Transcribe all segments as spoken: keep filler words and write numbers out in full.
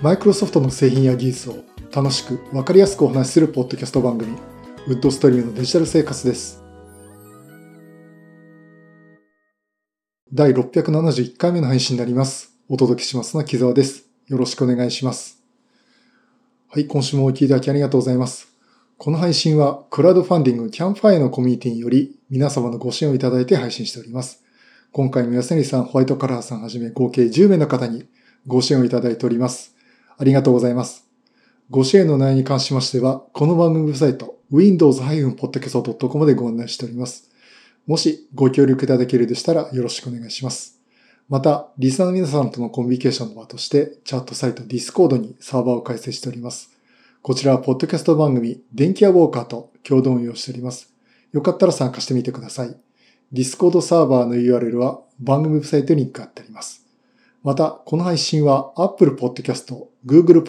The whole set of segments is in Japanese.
マイクロソフトの製品や技術を楽しく分かりやすくお話しするポッドキャスト番組、ウッドストリームのデジタル生活です。だいろっぴゃくななじゅういっかいめの配信になります。お届けしますのは木澤です。よろしくお願いします。はい、今週もお聞きいただきありがとうございます。この配信はクラウドファンディングキャンプファイアのコミュニティにより皆様のご支援をいただいて配信しております。今回も安成さん、ホワイトカラーさんはじめ合計じゅうめいの方にご支援をいただいております。ありがとうございます。ご支援の内容に関しましては、この番組ウェブサイト ウィンドウズ ポッドキャスト ドット コム でご案内しております。もしご協力いただけるでしたらよろしくお願いします。また、リスナーの皆さんとのコミュニケーションの場として、チャットサイト Discord にサーバーを開設しております。こちらはポッドキャスト番組電気屋ウォーカーと共同運用しております。よかったら参加してみてください。Discord サーバーの ユーアールエル は番組ウェブサイトにリンク貼ってあります。また、この配信は Apple Podcast、Google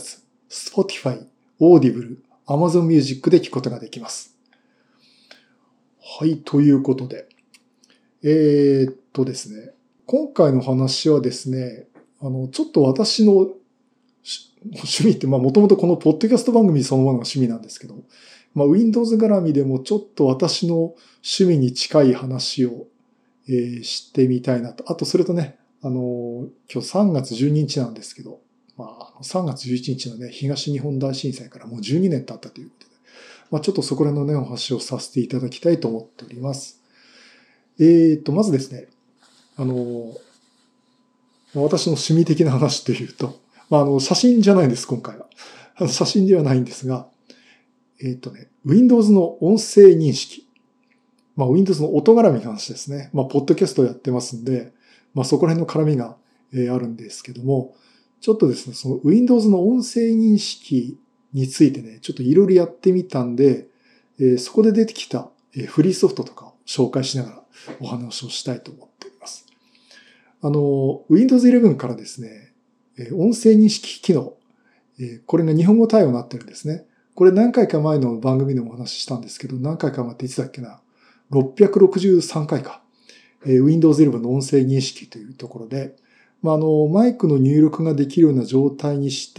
Podcast、Spotify、Audible、Amazon Music で聞くことができます。はい、ということで。えー、っとですね。今回の話はですね、あの、ちょっと私の趣味って、まあもともとこのポッドキャスト番組そのものが趣味なんですけど、まあ Windows 絡みでもちょっと私の趣味に近い話を、えー、してみたいなと。あとそれとね、あの、今日さんがつじゅうににちなんですけど、まあさんがつじゅういちにちのね、東日本大震災からもうじゅうにねん経ったということで、まあちょっとそこら辺のね、お話をさせていただきたいと思っております。えーと、まずですね、あの、私の趣味的な話というと、まあ、あの、写真じゃないんです、今回は。写真ではないんですが、えっとね、Windows の音声認識。まあ、Windows の音絡みの話ですね。まあ、ポッドキャストをやってますんで、まあ、そこら辺の絡みが、えー、あるんですけども、ちょっとですね、その Windows の音声認識についてね、ちょっといろいろやってみたんで、えー、そこで出てきた、えー、フリーソフトとかを紹介しながらお話をしたいと思っております。あの、Windows イレブンからですね、音声認識機能。これが日本語対応になってるんですね。これ何回か前の番組でもお話ししたんですけど、何回か前っていつだっけな。ろっぴゃくろくじゅうさんかいか。Windows イレブンの音声認識というところで、まあ、あの、マイクの入力ができるような状態にして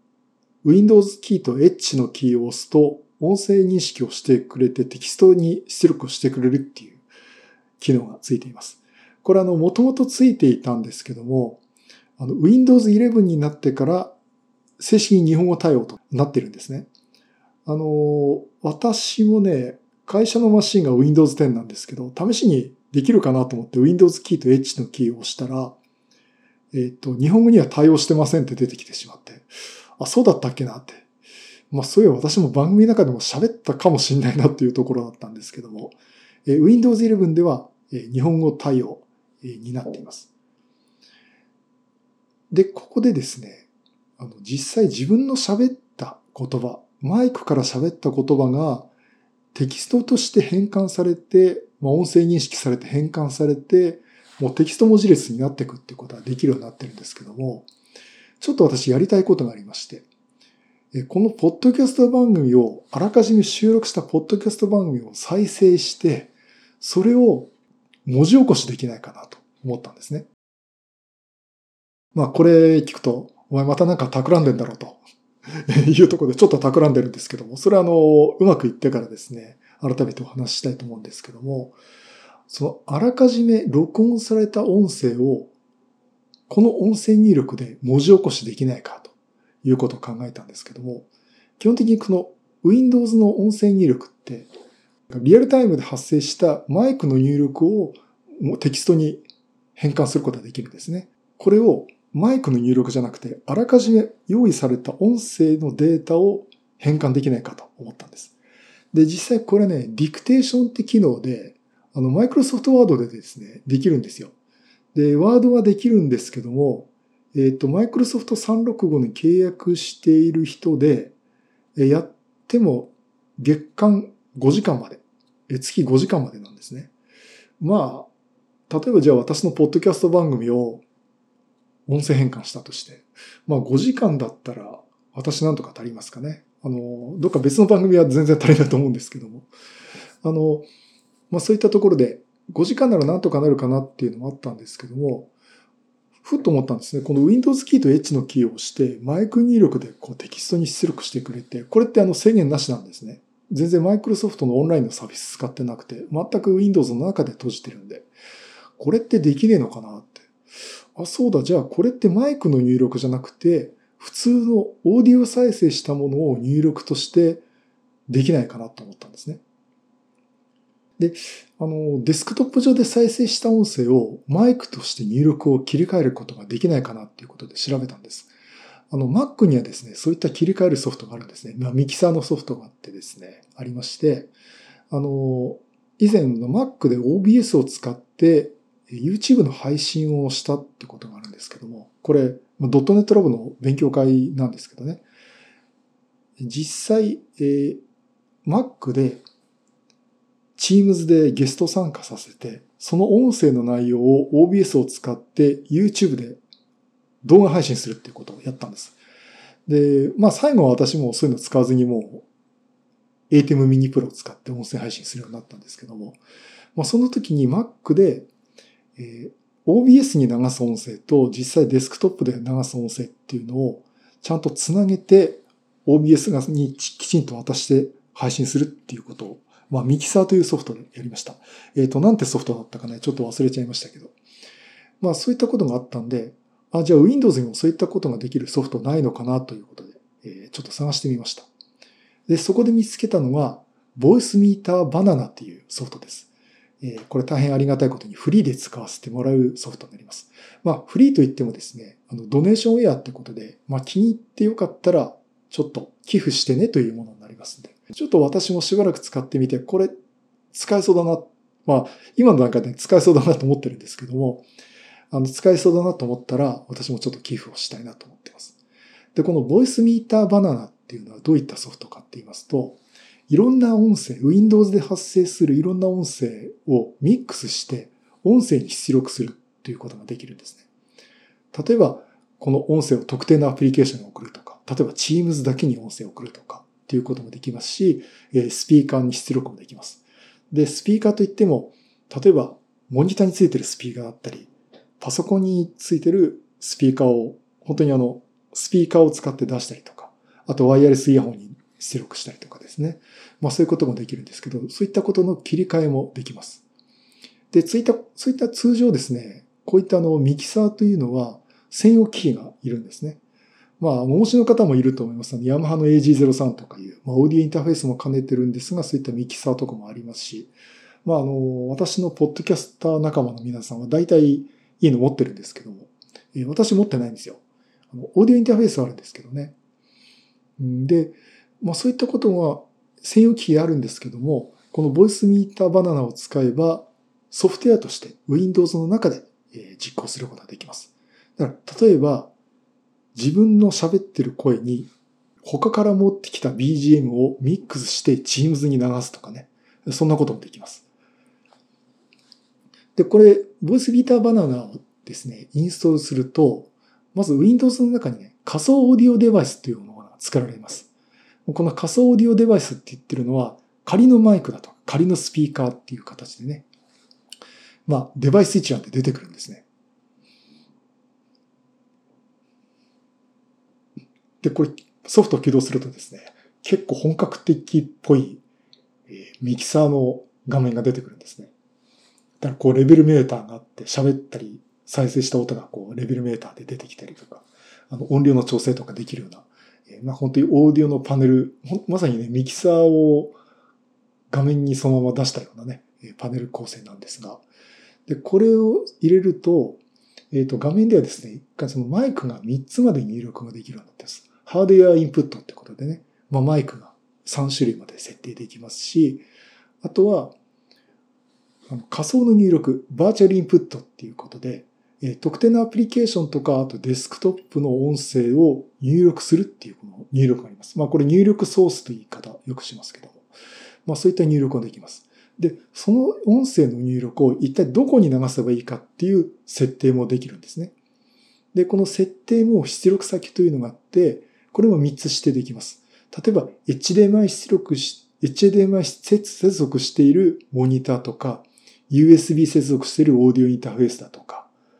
、Windows キーと H のキーを押すと、音声認識をしてくれてテキストに出力をしてくれるっていう機能がついています。これあの、もともとついていたんですけども、あの Windows イレブンになってから正式に日本語対応となっているんですね。あの、私もね、会社のマシンが Windows テンなんですけど、試しにできるかなと思って Windows キーと H のキーを押したら、えっと、日本語には対応してませんって出てきてしまって、あ、そうだったっけなって。まあ、そういえば私も番組の中でも喋ったかもしれないなっていうところだったんですけども、Windows イレブンでは日本語対応になっています。で、ここでですね、あの実際自分の喋った言葉、マイクから喋った言葉がテキストとして変換されて、まあ、音声認識されて変換されて、もうテキスト文字列になっていくっていうことができるようになってるんですけども、ちょっと私やりたいことがありまして、このポッドキャスト番組を、あらかじめ収録したポッドキャスト番組を再生して、それを文字起こしできないかなと思ったんですね。まあこれ聞くと、お前またなんか企んでんだろうというところでちょっと企んでるんですけども、それはあの、うまくいってからですね、改めてお話ししたいと思うんですけども、そのあらかじめ録音された音声を、この音声入力で文字起こしできないかということを考えたんですけども、基本的にこの Windows の音声入力って、リアルタイムで発生したマイクの入力をテキストに変換することができるんですね。これをマイクの入力じゃなくて、あらかじめ用意された音声のデータを変換できないかと思ったんです。で、実際これね、ディクテーションって機能で、あの、マイクロソフトワードでですね、できるんですよ。で、ワードはできるんですけども、えっと、マイクロソフトさんろくごに契約している人で、やっても月間ごじかんまで、月ごじかんまでなんですね。まあ、例えばじゃあ私のポッドキャスト番組を音声変換したとして、まあごじかんだったら私なんとか足りますかね。あの、どっか別の番組は全然足りないと思うんですけども。あの、まあそういったところでごじかんならなんとかなるかなっていうのもあったんですけども、 ふっと思ったんですね。この Windows キーと H のキーを押して、マイク入力でこうテキストに出力してくれて、これってあの制限なしなんですね。全然 Microsoft のオンラインのサービス使ってなくて、全く Windows の中で閉じてるんで、これってできねえのかなって。あ、そうだ、じゃあこれってマイクの入力じゃなくて、普通のオーディオ再生したものを入力としてできないかなと思ったんですね。で、あの、デスクトップ上で再生した音声をマイクとして入力を切り替えることができないかなっていうことで調べたんです。あの、Mac にはですね、そういった切り替えるソフトがあるんですね。まあ、ミキサーのソフトがあってですね、ありまして、あの、以前の Mac で オービーエス を使って YouTube の配信をしたってことがあるんですけども、これ、ドットネットラボの勉強会なんですけどね、実際、えー、Mac で Teams でゲスト参加させて、その音声の内容を オービーエス を使って YouTube で動画配信するっていうことをやったんです。で、まあ最後は私もそういうの使わずにもう エーティーエム Mini Pro を使って音声配信するようになったんですけども、まあその時に Mac で、えー、オービーエス に流す音声と実際デスクトップで流す音声っていうのをちゃんとつなげて オービーエス にきちんと渡して配信するっていうことを、まあミキサーというソフトでやりました。えっと、なんてソフトだったかね、ちょっと忘れちゃいましたけど。まあそういったことがあったんで、あ、じゃあ Windows にもそういったことができるソフトないのかなということで、えー、ちょっと探してみました。で、そこで見つけたのが、ボイスミーターバナナっていうソフトです。えー、これ大変ありがたいことにフリーで使わせてもらうソフトになります。まあフリーといってもですね、あのドネーションウェアってことで、まあ気に入ってよかったらちょっと寄付してねというものになりますんで、ちょっと私もしばらく使ってみて、これ使えそうだな、まあ今の段階で使えそうだなと思ってるんですけども、あの、使えそうだなと思ったら、私もちょっと寄付をしたいなと思っています。で、このボイスミーターバナナっていうのはどういったソフトかって言いますと、いろんな音声、Windows で発生するいろんな音声をミックスして、音声に出力するということができるんですね。例えば、この音声を特定のアプリケーションに送るとか、例えば Teams だけに音声を送るとかっていうこともできますし、スピーカーに出力もできます。で、スピーカーといっても、例えば、モニターについてるスピーカーだったり、パソコンについてるスピーカーを、本当にあの、スピーカーを使って出したりとか、あとワイヤレスイヤホンに出力したりとかですね。まあそういうこともできるんですけど、そういったことの切り替えもできます。で、そういった、そういった通常ですね、こういったあの、ミキサーというのは専用機器がいるんですね。まあ、お持ちの方もいると思います。ヤマハの エージーゼロさん とかいう、まあ、オーディオインターフェースも兼ねてるんですが、そういったミキサーとかもありますし、まあ、あの、私のポッドキャスター仲間の皆さんは大体いいの持ってるんですけども、えー、私持ってないんですよ。あの、オーディオインターフェースはあるんですけどね。で、まあ、そういったことは専用機器があるんですけども、このボイスミーターバナナを使えば、ソフトウェアとして Windows の中で実行することができます。だから、例えば、自分の喋ってる声に他から持ってきた ビージーエム をミックスして Teams に流すとかね。そんなこともできます。で、これ、ボイスビーターバナナをですね、インストールすると、まず Windows の中にね、仮想オーディオデバイスというものが作られます。この仮想オーディオデバイスって言ってるのは、仮のマイクだとか、仮のスピーカーっていう形でね、まあ、デバイス一覧で出てくるんですね。で、これ、ソフトを起動するとですね、結構本格的っぽいミキサーの画面が出てくるんですね。だからこうレベルメーターがあって喋ったり再生した音がこうレベルメーターで出てきたりとか、あの音量の調整とかできるような、えー、まあ本当にオーディオのパネル、まさにね、ミキサーを画面にそのまま出したようなね、パネル構成なんですが、で、これを入れると、えっと、画面ではですね、一回そのマイクがみっつまで入力ができるようになってます。ハードウェアインプットってことでね、まあマイクがさん種類まで設定できますし、あとは、仮想の入力、バーチャルインプットっていうことで、特定のアプリケーションとか、あとデスクトップの音声を入力するっていうこの入力があります。まあこれ入力ソースという言い方よくしますけども。まあそういった入力ができます。で、その音声の入力を一体どこに流せばいいかっていう設定もできるんですね。で、この設定も出力先というのがあって、これもみっつ指定できます。例えば、エイチディーエムアイ 出力し、エイチディーエムアイ 接続しているモニターとか、ユーエスビー 接続しているオーディオインターフェースだとか、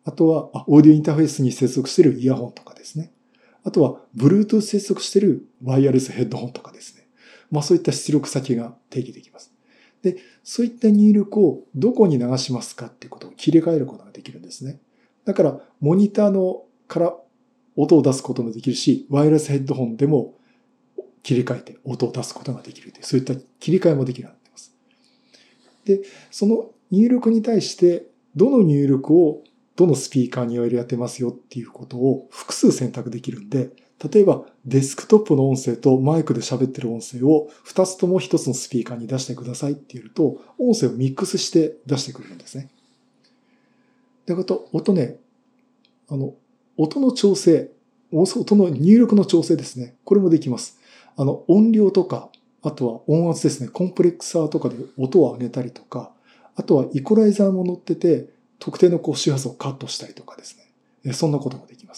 あとは、あ、オーディオインターフェースに接続しているイヤホンとかですね。あとは、Bluetooth 接続しているワイヤレスヘッドホンとかですね。まあそういった出力先が定義できます。で、そういった入力をどこに流しますかっていうことを切り替えることができるんですね。だから、モニターのから音を出すこともできるし、ワイヤレスヘッドホンでも切り替えて音を出すことができるという、そういった切り替えもできるようになっています。で、その入力に対して、どの入力をどのスピーカーに割り当てますよっていうことを複数選択できるんで、例えばデスクトップの音声とマイクで喋ってる音声をふたつともひとつのスピーカーに出してくださいって言うと、音声をミックスして出してくれるんですね。で、あと、音ね、あの、音の調整、音の入力の調整ですね。これもできます。あの、音量とか、あとは音圧ですね。コンプレックサーとかで音を上げたりとか、あとはイコライザーも乗ってて、特定のこう周波数をカットしたりとかですね。そんなこともできます。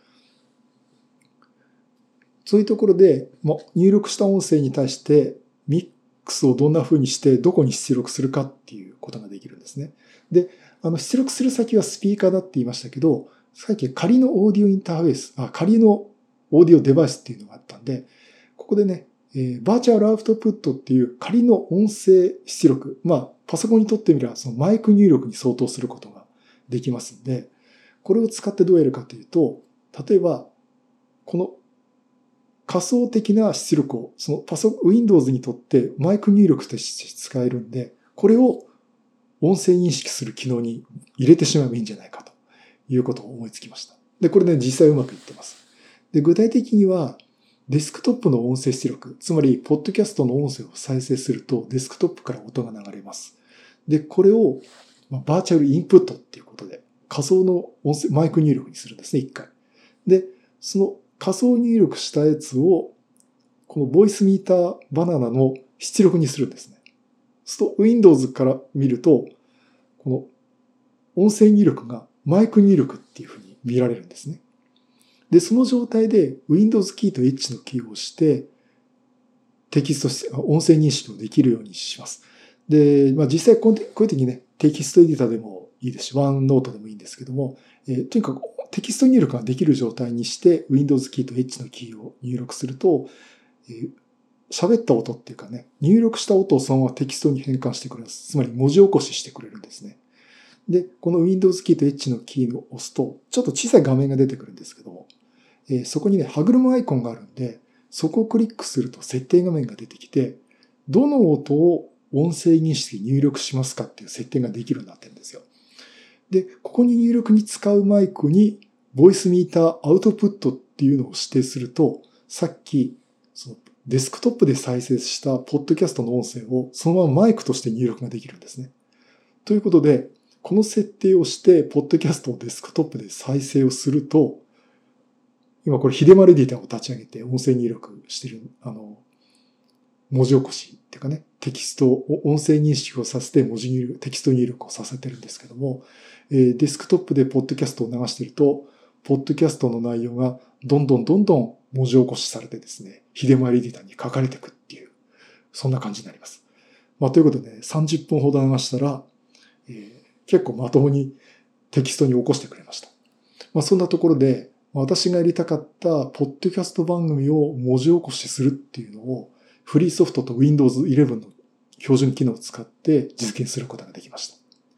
そういうところで、入力した音声に対してミックスをどんな風にしてどこに出力するかっていうことができるんですね。で、あの出力する先はスピーカーだって言いましたけど、さっき仮のオーディオインターフェース、あ、仮のオーディオデバイスっていうのがあったんで、ここでね、えー、バーチャルアウトプットっていう仮の音声出力、まあ、パソコンにとってみればそのマイク入力に相当することができますんで、これを使ってどうやるかというと、例えば、この仮想的な出力を、そのパソコン、Windows にとってマイク入力として使えるんで、これを音声認識する機能に入れてしまえばいいんじゃないかということを思いつきました。で、これね、実際うまくいってます。で、具体的には、デスクトップの音声出力、つまり、ポッドキャストの音声を再生すると、デスクトップから音が流れます。で、これを、まあ、バーチャルインプットっていうことで、仮想の音声、マイク入力にするんですね、一回。で、その仮想入力したやつを、このボイスミーターバナナの出力にするんですね。そうすると Windows から見ると、この音声入力がマイク入力っていうふうに見られるんですね。で、その状態で Windows キーと H のキーを押して、テキスト、音声認識をできるようにします。で、まあ実際こういう時にね、テキストエディターでもいいですし、ワンノートでもいいんですけども、えー、とにかくテキスト入力ができる状態にして、Windows キーと H のキーを入力すると、えー、喋った音っていうかね、入力した音をそのままテキストに変換してくれます。つまり文字起こししてくれるんですね。で、この Windows キーと H のキーを押すと、ちょっと小さい画面が出てくるんですけども、えー、そこにね、歯車アイコンがあるんで、そこをクリックすると設定画面が出てきて、どの音を音声認識に入力しますかっていう設定ができるようになってるんですよ。で、ここに入力に使うマイクに、ボイスミーターアウトプットっていうのを指定すると、さっき、そのデスクトップで再生したポッドキャストの音声をそのままマイクとして入力ができるんですね。ということで、この設定をして、ポッドキャストをデスクトップで再生をすると、今これ、ヒデマルエディターを立ち上げて音声入力してる、あの、文字起こしっていうかね、テキスト、音声認識をさせて文字入力、テキスト入力をさせてるんですけども、えー、デスクトップでポッドキャストを流してると、ポッドキャストの内容がどんどんどんどん文字起こしされてですね、ヒデマルエディターに書かれていくっていう、そんな感じになります。まあ、ということで、さんじゅっぷんほど流したら、えー、結構まともにテキストに起こしてくれました。まあ、そんなところで、私がやりたかったポッドキャスト番組を文字起こしするっていうのをフリーソフトと Windows イレブンの標準機能を使って実現することができました。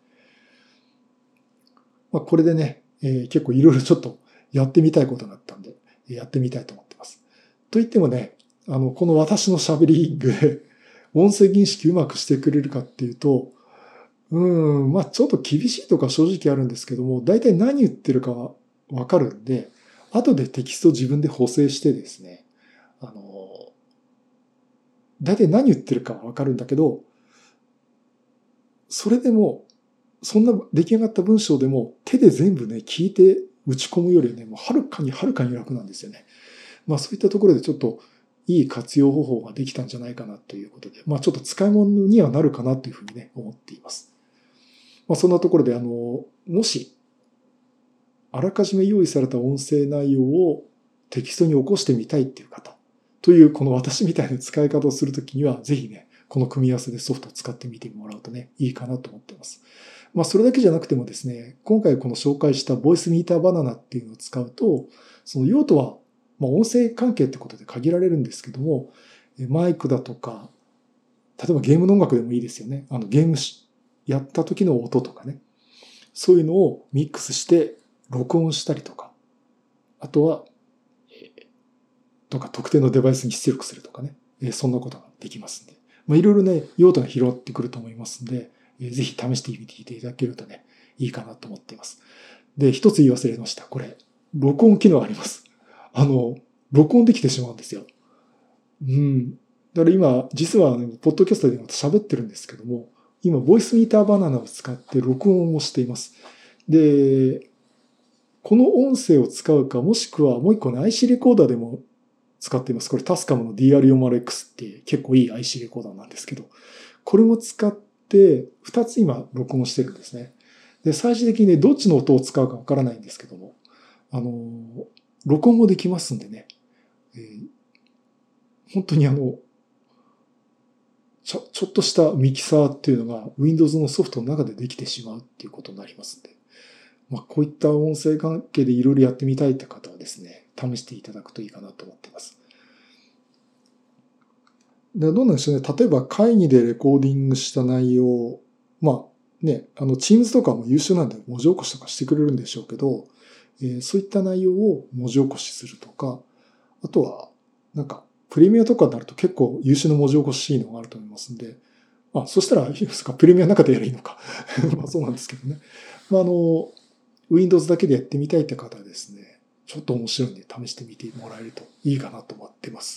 まあ、これでね、えー、結構いろいろちょっとやってみたいことがあったんで、やってみたいと思ってます。と言ってもね、あの、この私の喋りで音声認識うまくしてくれるかっていうと、うーん、まあちょっと厳しいとか正直あるんですけども、大体何言ってるかはわかるんで、後でテキストを自分で補正してですね、あの、大体何言ってるかはわかるんだけど、それでも、そんな出来上がった文章でも手で全部ね、聞いて打ち込むよりね、もうはるかにはるかに楽なんですよね。まあそういったところでちょっといい活用方法ができたんじゃないかなということで、まあちょっと使い物にはなるかなというふうにね、思っています。まあそんなところで、あの、もし、あらかじめ用意された音声内容をテキストに起こしてみたいっていう方というこの私みたいな使い方をするときにはぜひね、この組み合わせでソフトを使ってみてもらうとね、いいかなと思っています。 まあ、それだけじゃなくてもですね、今回この紹介したボイスミーターバナナっていうのを使うと、その用途は、まあ、音声関係ってことで限られるんですけども、マイクだとか、例えばゲームの音楽でもいいですよね。あのゲームやった時の音とかね。そういうのをミックスして録音したりとか、あとは、とか特定のデバイスに出力するとかね。そんなことができますんで。まあ、いろいろね、用途が広がってくると思いますんで、ぜひ試してみていただけるとね、いいかなと思っています。で、一つ言い忘れました。これ、録音機能あります。あの、録音できてしまうんですよ。うん。だから今、実は、ね、ポッドキャストで喋ってるんですけども、今、ボイスミーターバナナを使って録音をしています。で、この音声を使うか、もしくはもう一個の アイシー レコーダーでも使っています。これタスカムの ディーアールよんじゅうエックス って結構いい アイシー レコーダーなんですけど、これも使ってふたつ今録音してるんですね。で、最終的にね、どっちの音を使うかわからないんですけども、あの、録音もできますんでね、えー、本当にあの、ちょ、ちょっとしたミキサーっていうのが Windows のソフトの中でできてしまうっていうことになりますんで、まあ、こういった音声関係でいろいろやってみたいって方はですね、試していただくといいかなと思っています。で、どうなんでしょうね。例えば会議でレコーディングした内容、まあね、あの Teams とかも優秀なんで文字起こしとかしてくれるんでしょうけど、えー、そういった内容を文字起こしするとか、あとは、なんか、プレミアとかになると結構優秀な文字起こしのがあると思いますんで、まあ、そしたらいいですか、プレミアの中でやればいいのか。まあそうなんですけどね。まああの、Windows だけでやってみたいって方はですね、ちょっと面白いんで試してみてもらえるといいかなと思ってます。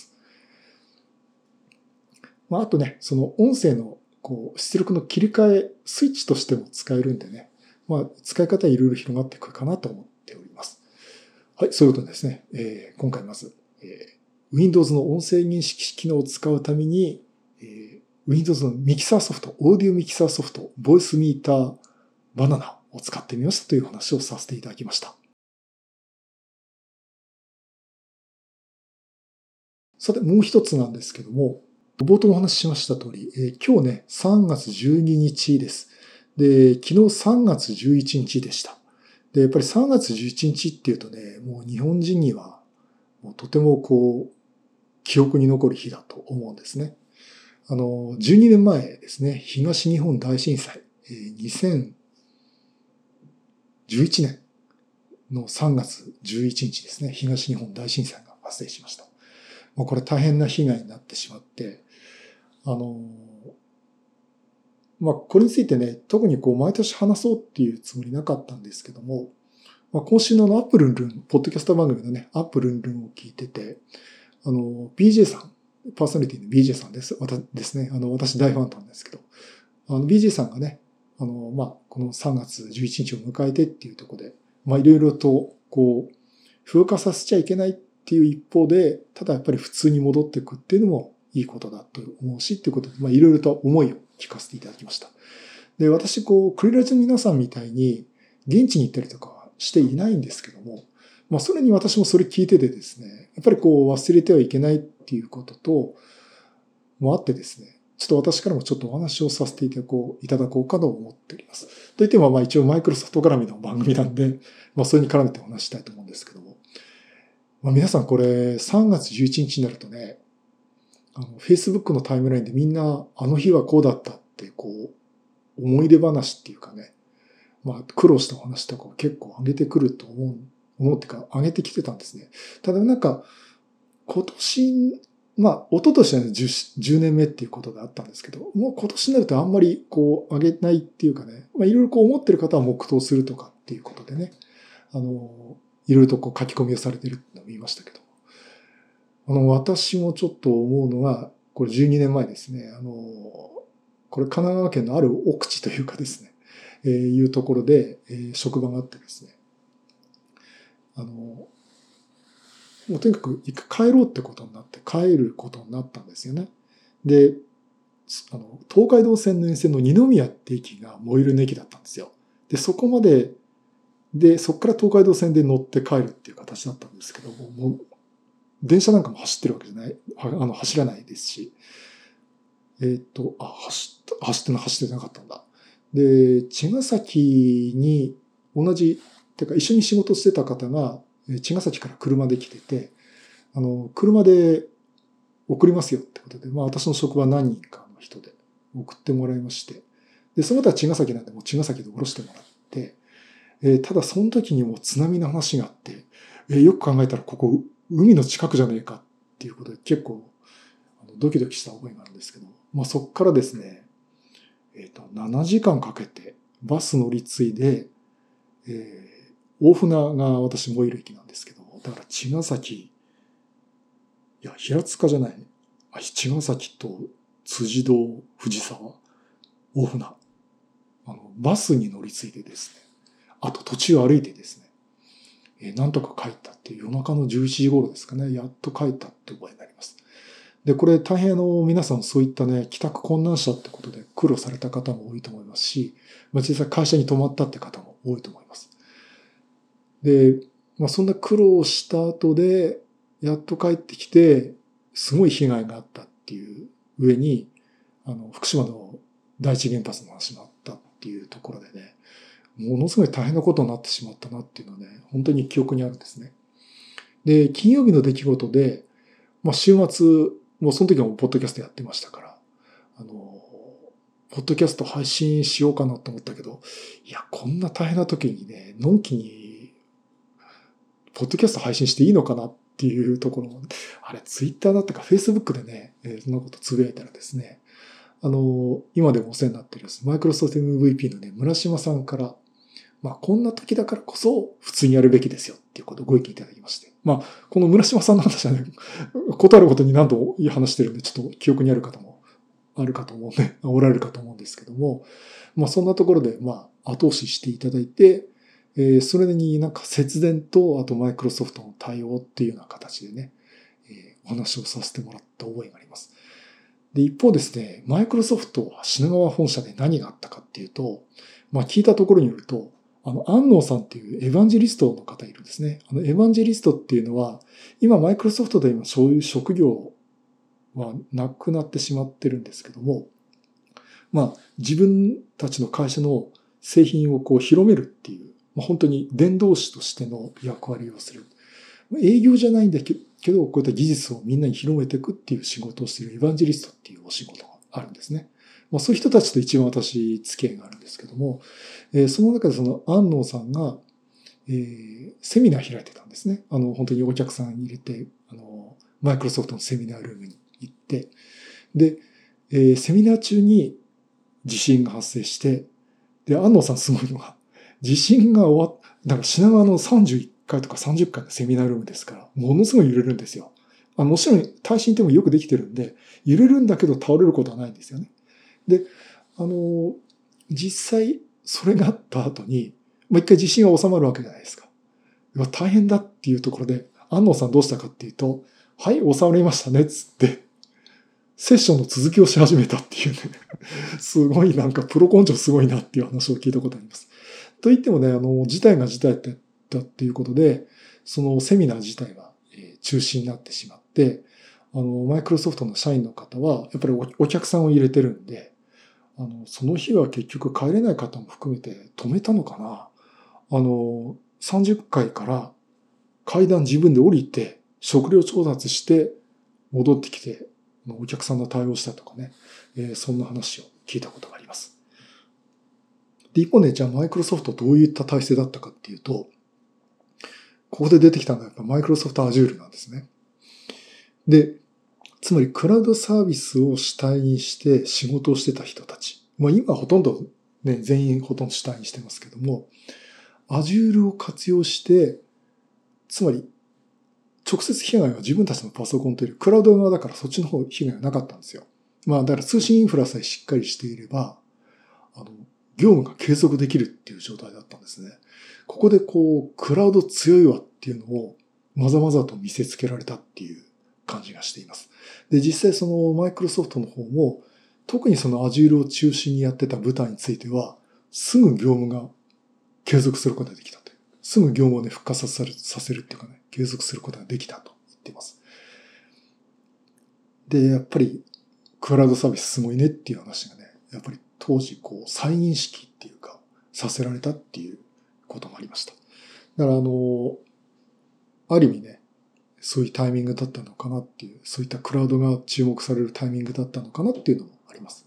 まあ、あとね、その音声のこう出力の切り替え、スイッチとしても使えるんでね、まあ、使い方はいろいろ広がっていくかなと思っております。はい、そういうことですね。えー、今回まず、えー、Windows の音声認識機能を使うために、えー、Windows のミキサーソフト、オーディオミキサーソフト、ボイスミーターバナナを使ってみましたという話をさせていただきました。さて、もう一つなんですけども、冒頭お話ししました通り、えー、今日ね、さんがつじゅうににちです。で、昨日さんがつじゅういちにちでした。で、やっぱりさんがつじゅういちにちっていうとね、もう日本人には、もうとてもこう、記憶に残る日だと思うんですね。あの、じゅうにねんまえですね、東日本大震災、えー、にせんじゅういちねんのさんがつじゅういちにちですね、東日本大震災が発生しました。もうこれ大変な被害になってしまって、あの、まあ、これについてね、特にこう、毎年話そうっていうつもりなかったんですけども、まあ、今週のアップルンルン、ポッドキャスト番組のね、アップルンルンを聞いてて、あの、ビージェー さん、パーソナリティの ビージェー さんです。私ですね。あの、私大ファンなんですけど、あの、ビージェー さんがね、あの、まあ、このさんがつじゅういちにちを迎えてっていうところで、まあ、いろいろと、こう、風化させちゃいけないっていう一方で、ただやっぱり普通に戻っていくっていうのもいいことだと思うし、っていうことで、まあ、いろいろと思いを聞かせていただきました。で、私、こう、クリラジの皆さんみたいに、現地に行ったりとかはしていないんですけども、まあ、それに私もそれ聞いててですね、やっぱりこう、忘れてはいけないっていうことと、もあってですね、ちょっと私からもちょっとお話をさせていただこういただこうかと思っております。といっても、まあ一応マイクロソフト絡みの番組なんで、まあそれに絡めてお話したいと思うんですけども。まあ皆さんこれさんがつじゅういちにちになるとね、あの、Facebook のタイムラインでみんなあの日はこうだったってこう、思い出話っていうかね、まあ苦労したお話とかを結構上げてくると思う、思うっていうか上げてきてたんですね。ただなんか、今年、まあ、一昨年は 10, じゅうねんめっていうことがあったんですけど、もう今年になるとあんまりこう上げないっていうかね、まあいろいろこう思ってる方は黙祷するとかっていうことでね、あの、いろいろとこう書き込みをされてるってのを見ましたけど、あの、私もちょっと思うのが、これじゅうにねんまえですね、あの、これ神奈川県のある奥地というかですね、えー、いうところで、えー、職場があってですね、あの、もうとにかく一回帰ろうってことになって帰ることになったんですよね。で、あの、東海道線の沿線の二宮って駅が最寄りの駅だったんですよ。で、そこまで、で、そこから東海道線で乗って帰るっていう形だったんですけども、もう、電車なんかも走ってるわけじゃない、あの、走らないですし、えっと、あ、走った、走ってな、走ってなかったんだ。 で、茅ヶ崎に同じ、てか一緒に仕事してた方が、茅ヶ崎から車で来てて、あの、車で送りますよってことで、まあ私の職場何人かの人で送ってもらいまして、で、その他茅ヶ崎なんでもう茅ヶ崎で降ろしてもらって、えー、ただその時にも津波の話があって、えー、よく考えたらここ海の近くじゃねえかっていうことで結構ドキドキした覚えがあるんですけど、まあそっからですね、えっと、ななじかんかけてバス乗り継いで、えー、大船が私最寄り駅なんですけど、だから茅ヶ崎、いや、平塚じゃない、あ、茅ヶ崎と辻堂、藤沢、大船、あの、バスに乗り継いでですね、あと途中歩いてですね、えー、なんとか帰ったっていう夜中のじゅういちじ頃ですかね、やっと帰ったって覚えになります。で、これ大変あの、皆さんそういったね、帰宅困難者ってことで苦労された方も多いと思いますし、まあ、実際会社に泊まったって方も多いと思います。で、まあ、そんな苦労した後で、やっと帰ってきて、すごい被害があったっていう上に、あの、福島の第一原発の話があったっていうところでね、ものすごい大変なことになってしまったなっていうのはね、本当に記憶にあるんですね。で、金曜日の出来事で、まあ、週末、もうその時はもうポッドキャストやってましたから、あの、ポッドキャスト配信しようかなと思ったけど、いや、こんな大変な時にね、のんきに、ポッドキャスト配信していいのかなっていうところも、あれ、ツイッターだったか、フェイスブックでね、そんなことつぶやいたらですね、あの、今でもお世話になっているマイクロソフト エムブイピー のね、村島さんから、まあ、こんな時だからこそ普通にやるべきですよっていうことをご意見いただきまして。まあ、この村島さんの話はね、ことあることに何度話してるんで、ちょっと記憶にある方もあるかと思うんで、おられるかと思うんですけども、まあ、そんなところで、まあ、後押ししていただいて、えー、それになんか節電と、あとマイクロソフトの対応っていうような形でね、えー、お話をさせてもらった覚えがあります。で、一方ですね、マイクロソフトは品川本社で何があったかっていうと、まあ、聞いたところによると、あの、安納さんっていうエヴァンジェリストの方いるんですね。あの、エヴァンジェリストっていうのは、今、マイクロソフトで今、そういう職業はなくなってしまってるんですけども、まあ、自分たちの会社の製品をこう広めるっていう、まあ、本当に伝道師としての役割をする。営業じゃないんだけど、こういった技術をみんなに広めていくっていう仕事をしているエヴァンジェリストっていうお仕事があるんですね。まあ、そういう人たちと一番私、付き合いがあるんですけども、えー、その中でその安納さんが、えー、セミナー開いてたんですね。あの、本当にお客さん入れて、あの、マイクロソフトのセミナールームに行って、で、えー、セミナー中に地震が発生して、で、安納さんすごいのが、地震が終わっ、だから品川のさんじゅういっかいとかさんじゅっかいのセミナールームですから、ものすごい揺れるんですよ。あもちろん耐震ってもよくできてるんで、揺れるんだけど倒れることはないんですよね。で、あの、実際それがあった後に、もう一回地震が収まるわけじゃないですか。大変だっていうところで、安納さんどうしたかっていうと、はい、収まりましたね、つって、セッションの続きをし始めたっていうね、すごいなんかプロ根性すごいなっていう話を聞いたことあります。と言ってもね、あの、事態が事態だったっていうことで、そのセミナー自体は中止になってしまって、あの、マイクロソフトの社員の方は、やっぱりお客さんを入れてるんで、あの、その日は結局帰れない方も含めて止めたのかな。あの、さんじゅっかいから階段自分で降りて、食料調達して戻ってきて、お客さんの対応したとかね、えー、そんな話を聞いたことがあります。で、一方ね、じゃあマイクロソフトどういった体制だったかっていうと、ここで出てきたのはやっぱマイクロソフト Azure なんですね。で、つまりクラウドサービスを主体にして仕事をしてた人たち。まあ今ほとんどね、全員ほとんど主体にしてますけども、Azure を活用して、つまり直接被害は自分たちのパソコンというクラウド側だからそっちの方被害はなかったんですよ。まあだから通信インフラさえしっかりしていれば、あの、業務が継続できるっていう状態だったんですね。ここでこう、クラウド強いわっていうのをまざまざと見せつけられたっていう感じがしています。で、実際そのマイクロソフトの方も、特にその Azure を中心にやってた部隊については、すぐ業務が継続することができたという。すぐ業務をね、復活させる、させるっていうかね、継続することができたと言っています。で、やっぱりクラウドサービスすごいねっていう話がね、やっぱり当時こう再認識っていうかさせられたっていうこともありました。だからあの、ある意味ね、そういうタイミングだったのかなっていう、そういったクラウドが注目されるタイミングだったのかなっていうのもあります。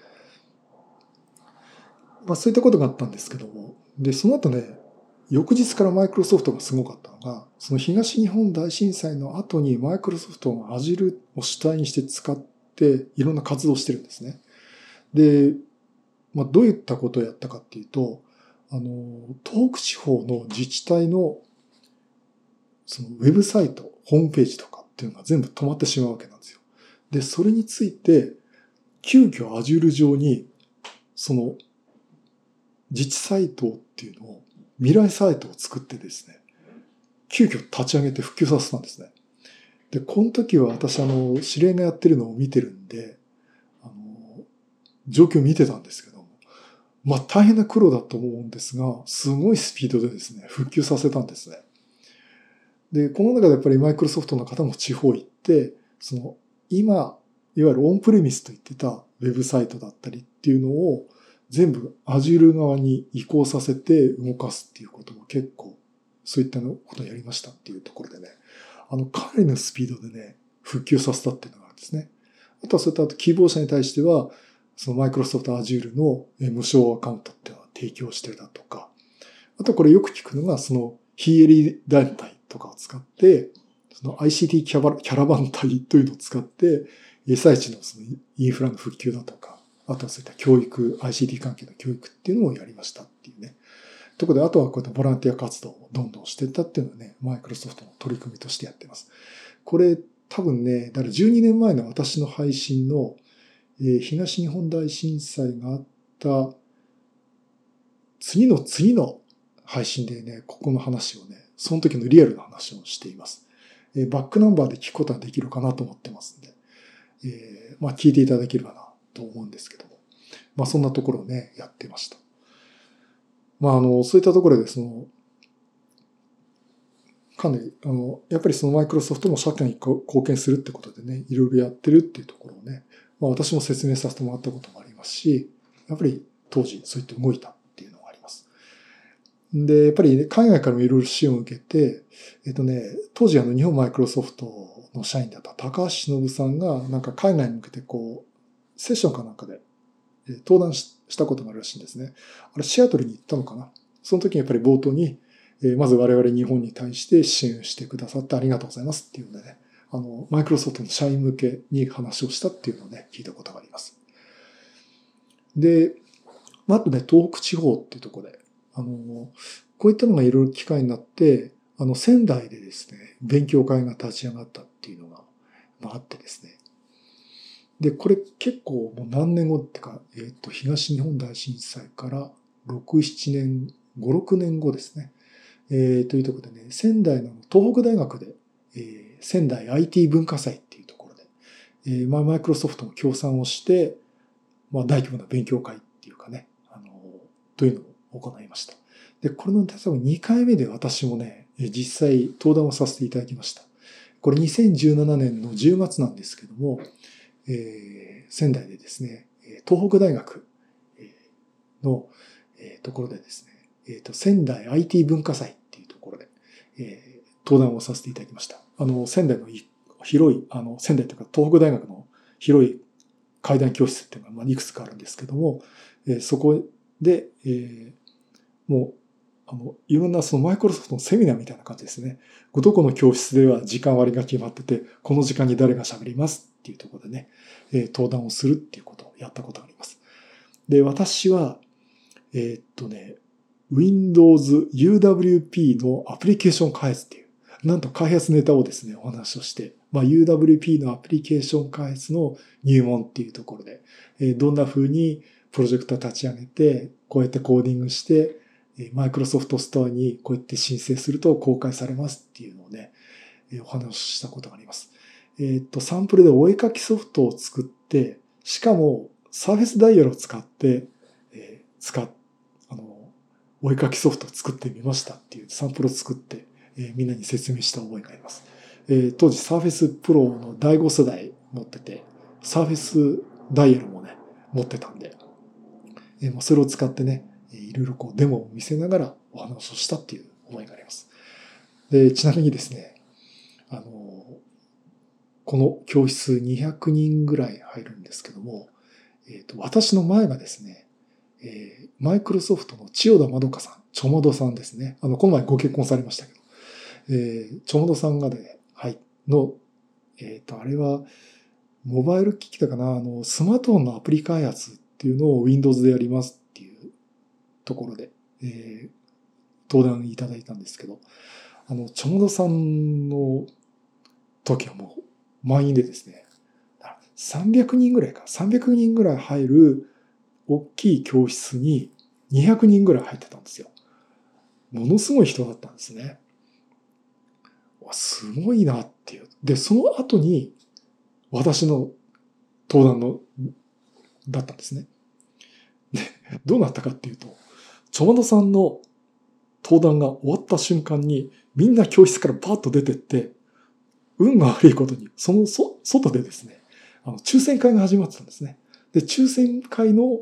まあそういったことがあったんですけども、で、その後ね、翌日からマイクロソフトがすごかったのが、その東日本大震災の後にマイクロソフトが Azure を主体にして使っていろんな活動をしてるんですね。で、まあどういったことをやったかっていうと、あの、東北地方の自治体のそのウェブサイト、ホームページとかっていうのが全部止まってしまうわけなんですよ。で、それについて、急遽 Azure 上に、その自治サイトっていうのを、未来サイトを作ってですね、急遽立ち上げて復旧させたんですね。で、この時は私、あの、知り合いがやってるのを見てるんで、あの、状況を見てたんですけども、まあ大変な苦労だと思うんですが、すごいスピードでですね、復旧させたんですね。で、この中でやっぱりマイクロソフトの方も地方行って、その、今、いわゆるオンプレミスと言ってたウェブサイトだったりっていうのを全部 Azure 側に移行させて動かすっていうことも結構そういったことをやりましたっていうところでね、あの、かなりのスピードでね、復旧させたっていうのがあるんですね。あとはそういった希望者に対しては、そのマイクロソフト Azure の無償アカウントっていうのを提供してるだとか、あとこれよく聞くのが、その非営利団体とかを使って、その アイシーティー キャバキャラバン隊というのを使って、被災地のそのインフラの復旧だとか、あとはそういった教育、アイシーティー 関係の教育っていうのをやりましたっていうね。ところで、あとはこういったボランティア活動をどんどんしていったっていうのはね、マイクロソフトの取り組みとしてやってます。これ多分ね、だからじゅうにねんまえの私の配信の、えー、東日本大震災があった次の次の配信でね、ここの話をね、その時のリアルな話をしています。えー、バックナンバーで聞くことができるかなと思ってますんで、えー、まあ聞いていただければなと思うんですけども。まあそんなところをね、やってました。まああの、そういったところでその、かなり、あの、やっぱりそのマイクロソフトも社会に貢献するってことでね、いろいろやってるっていうところをね、まあ私も説明させてもらったこともありますし、やっぱり当時そういって動いたっていうのがあります。で、やっぱり、ね、海外からもいろいろ支援を受けて、えっとね、当時あの日本マイクロソフトの社員だった高橋忍さんがなんか海外に向けてこう、セッションかなんかで登壇したことがあるらしいんですね。あれシアトルに行ったのかな。その時にやっぱり冒頭に、まず我々日本に対して支援してくださってありがとうございますっていうのでね、あの、マイクロソフトの社員向けに話をしたっていうのをね、聞いたことがあります。で、あとね、東北地方っていうところで、あの、こういったのがいろいろ機会になって、あの、仙台でですね、勉強会が立ち上がったっていうのが、まあ、あってですね。で、これ結構もう何年後ってか、えっと、東日本大震災からろく、ななねん、ご、ろくねんごですね。えー、というところでね、仙台の東北大学で、えー、仙台 アイティー 文化祭っていうところで、えー、まあ、マイクロソフトの協賛をして、まあ、大規模な勉強会っていうかね、あの、というのを行いました。で、これの多分にかいめで私もね、実際登壇をさせていただきました。これにせんじゅうななねんのじゅうがつなんですけども、えー、仙台でですね、東北大学のところでですね、えー、と仙台 アイティー 文化祭っていうところで、えー、登壇をさせていただきました。あの、仙台の広い、あの、仙台というか東北大学の広い階段教室っていうのがいくつかあるんですけども、えー、そこで、えー、もう、あの、いろんなそのマイクロソフトのセミナーみたいな感じですね。どこの教室では時間割が決まってて、この時間に誰が喋りますっていうところでね、えー、登壇をするっていうことをやったことがあります。で、私は、えー、っとね、Windows ユーダブリューピー のアプリケーション開発っていう、なんと開発ネタをですね、お話をして、まあ、ユーダブリューピー のアプリケーション開発の入門っていうところで、えー、どんな風にプロジェクトを立ち上げて、こうやってコーディングして、マイクロソフトストアにこうやって申請すると公開されますっていうのをね、お話をしたことがあります。えっと、サンプルでお絵かきソフトを作って、しかもサーフェスダイヤルを使って、えー、使っ、あの、お絵かきソフトを作ってみましたっていうサンプルを作って、えー、みんなに説明した覚えがあります。えー、当時サーフェスプロのだいご世代持ってて、サーフェスダイヤルもね、持ってたんで、 えー、まあそれを使ってね、いろいろこうデモを見せながらお話をしたっていう覚えがあります。で、ちなみにですね、あの、この教室にひゃくにんぐらい入るんですけども、えっと、私の前がですね、えー、マイクロソフトの千代田まどかさん、ちょまどさんですね。あの、この前ご結婚されましたけど、えー、ちょまどさんがね、はい、の、えっと、あれは、モバイル機器だかな、あの、スマートフォンのアプリ開発っていうのを Windows でやりますっていうところで、えー、登壇いただいたんですけど、あの、ちょまどさんの時はもう満員でですね、さんびゃくにんぐらいか、さんびゃくにんぐらい入る大きい教室ににひゃくにんぐらい入ってたんですよ。ものすごい人だったんですね。すごいなっていう。で、その後に私の登壇の、だったんですね。で、どうなったかっていうと、ちょまどさんの登壇が終わった瞬間にみんな教室からパーッと出てって、運が悪いことに、そのそ外でですね、あの抽選会が始まってたんですね。で、抽選会の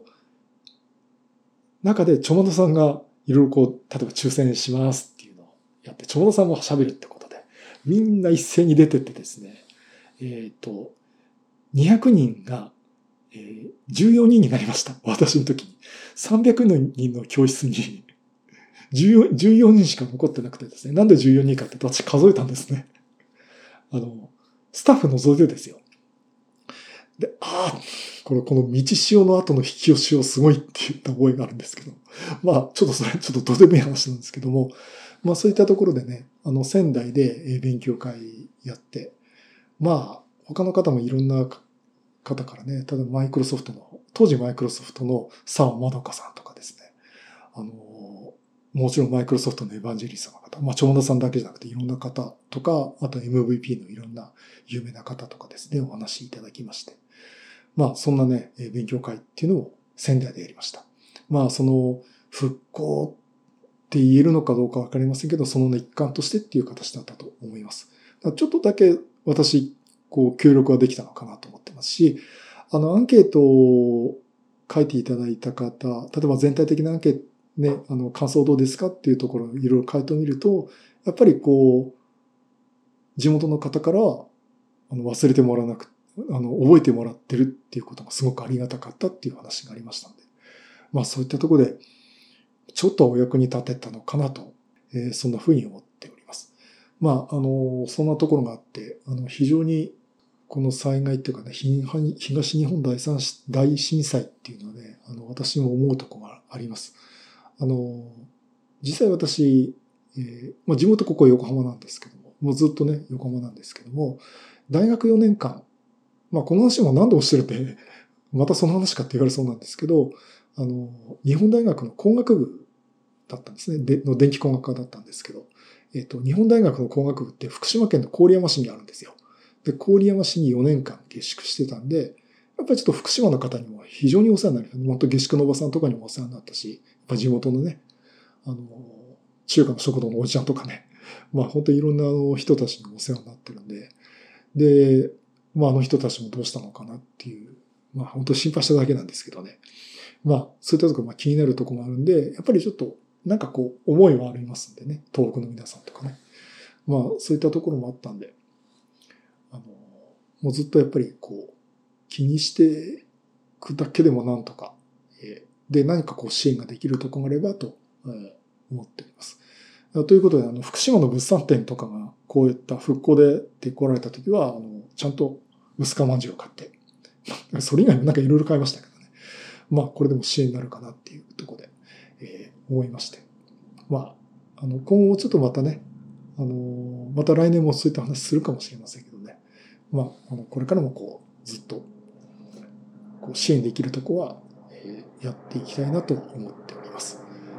中でちょまどさんがいろいろこう、例えば抽選しますっていうのをやって、ちょまどさんも喋るってことで、みんな一斉に出てってですね、えっと、にひゃくにんが、えー、じゅうよにんになりました。私の時に。さんびゃくにんの教室にじゅうよにんしか残ってなくてですね。なんでじゅうよにんかって私数えたんですね。あの、スタッフ除いてですよ。で、ああ、これこの道潮の後の引き寄しをすごいって言った覚えがあるんですけど。まあ、ちょっとそれ、ちょっとどうでもいい話なんですけども、まあそういったところでね、あの仙台で勉強会やって、まあ他の方もいろんな方からね、例えばマイクロソフトの、当時マイクロソフトの澤まどかさんとかですね、あの、もちろんマイクロソフトのエヴァンジェリストの方、まあ、ちょまどさんだけじゃなくていろんな方とか、あと エムブイピー のいろんな有名な方とかですね、お話しいただきまして。まあ、そんなね、勉強会っていうのを仙台でやりました。まあ、その、復興って言えるのかどうかわかりませんけど、その一環としてっていう形だったと思います。ちょっとだけ私、こう、協力はできたのかなと思ってますし、あの、アンケートを書いていただいた方、例えば全体的なアンケート、ね、あの、感想どうですかっていうところをいろいろ回答を見ると、やっぱりこう、地元の方から、あの、忘れてもらわなく、あの、覚えてもらってるっていうことがすごくありがたかったっていう話がありましたので、まあそういったところで、ちょっとお役に立てたのかなと、えー、そんなふうに思っております。まあ、あの、そんなところがあって、あの、非常にこの災害っていうかね、東日本大震災っていうのはね、あの、私も思うところがあります。あの、実際私、えーまあ、地元ここ横浜なんですけども、もうずっとね、横浜なんですけども、大学よねんかん、まあ、この話も何度もしてるって、またその話かって言われそうなんですけど、あの、日本大学の工学部だったんですね。で、の電気工学科だったんですけど、えっと、日本大学の工学部って福島県の郡山市にあるんですよ。で、郡山市によねんかん下宿してたんで、やっぱりちょっと福島の方にも非常にお世話になりました。本当下宿のおばさんとかにもお世話になったし、やっぱ地元のね、あの、中華の食堂のおじちゃんとかね、まあ本当にいろんな人たちにもお世話になってるんで、で、まああの人たちもどうしたのかなっていう、まあ本当心配しただけなんですけどね。まあそういったところまあ気になるところもあるんで、やっぱりちょっとなんかこう思いはありますんでね、東北の皆さんとかね。まあそういったところもあったんで、あの、もうずっとやっぱりこう気にしていくだけでもなんとか、えー、で何かこう支援ができるところがあればと、えー、思っております。ということで、あの、福島の物産展とかがこういった復興でって来られたときは、あの、ちゃんと薄皮まんじゅうを買って、それ以外もなんかいろいろ買いましたけどね。まあ、これでも支援になるかなっていうところで、えー、思いまして。まあ、あの、今後ちょっとまたね、あの、また来年もそういった話するかもしれませんけどね。まあ、あの、これからもこう、ずっと、こう、支援できるとこは、えー、やっていきたいなと思っております。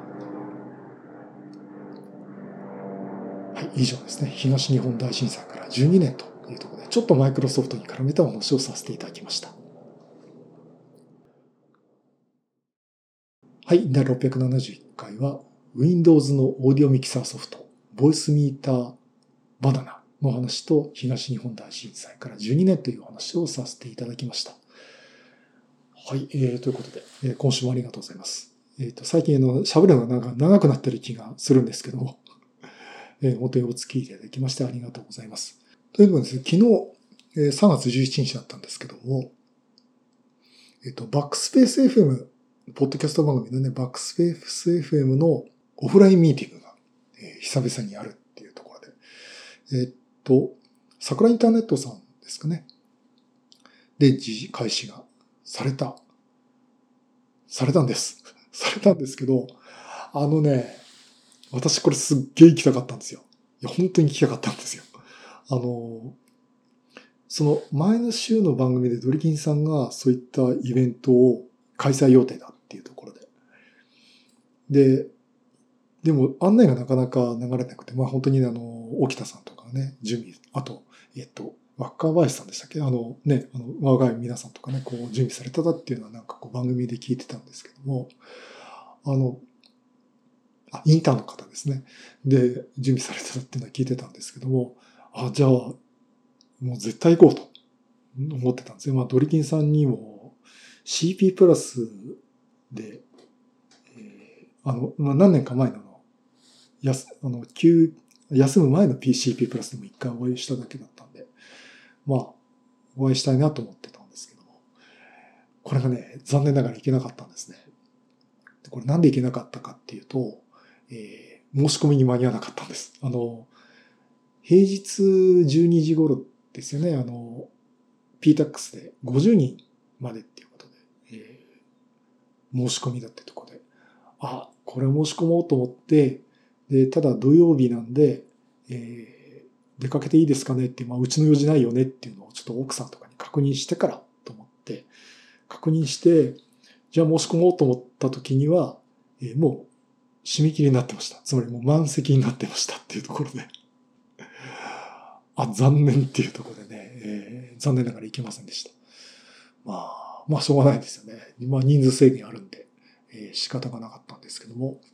はい、以上ですね。東日本大震災からじゅうにねんというところで、ちょっとマイクロソフトに絡めたお話をさせていただきました。はい、だいろっぴゃくななじゅういっかいは Windows のオーディオミキサーソフト、ボイスミーターバナナの話と東日本大震災からじゅうにねんというお話をさせていただきました。 はい、えー、ということで、えー、今週もありがとうございます。えっ、と、最近あの、喋るのがなんか長くなってる気がするんですけども、えー、本当にお付き合いいただきましてありがとうございます。というのもですね、昨日、えー、さんがつじゅうしちにちだったんですけども、えっ、と、バックスペース エフエム、ポッドキャスト番組のね、バックスペース エフエム のオフラインミーティングが、えー、久々にあるっていうところで、えっ、と、桜インターネットさんですかね。で、開始がされた。されたんです。されたんですけど、あのね、私これすっげえ行きたかったんですよ。いや、本当に行きたかったんですよ。あの、その前の週の番組でドリキンさんがそういったイベントを開催予定だっていうところで。で、でも案内がなかなか流れなくて、まあ本当にあの、沖田さんとかね、準備、あと、えっと、若林さんでしたっけあのね、あの、若い皆さんとかね、こう準備されただっていうのはなんかこう番組で聞いてたんですけども、あの、あ、インターンの方ですね。で、準備されてたっていうのは聞いてたんですけども、あ、じゃあ、もう絶対行こうと思ってたんですよ。まあ、ドリキンさんにも シーピー プラスで、えー、あの、まあ、何年か前の、やす、あの、休、休む前の シーピー プラスでも一回お会いしただけだったんで、まあ、お会いしたいなと思ってたんですけども、これがね、残念ながら行けなかったんですね。これなんで行けなかったかっていうと、えー、申し込みに間に合わなかったんです。あの、平日じゅうにじ頃ですよね、あの、ピータックス でごじゅうにんまでっていうことで、えー、申し込みだってとこで、あ、これ申し込もうと思って、で、ただ土曜日なんで、えー、出かけていいですかねって、まあ、うちの用事ないよねっていうのをちょっと奥さんとかに確認してからと思って、確認して、じゃあ申し込もうと思った時には、えー、もう締め切りになってました。つまりもう満席になってましたっていうところで。あ、残念っていうところでね、えー、残念ながらいけませんでした。まあ、まあしょうがないですよね。まあ人数制限あるんで、えー、仕方がなかったんですけども。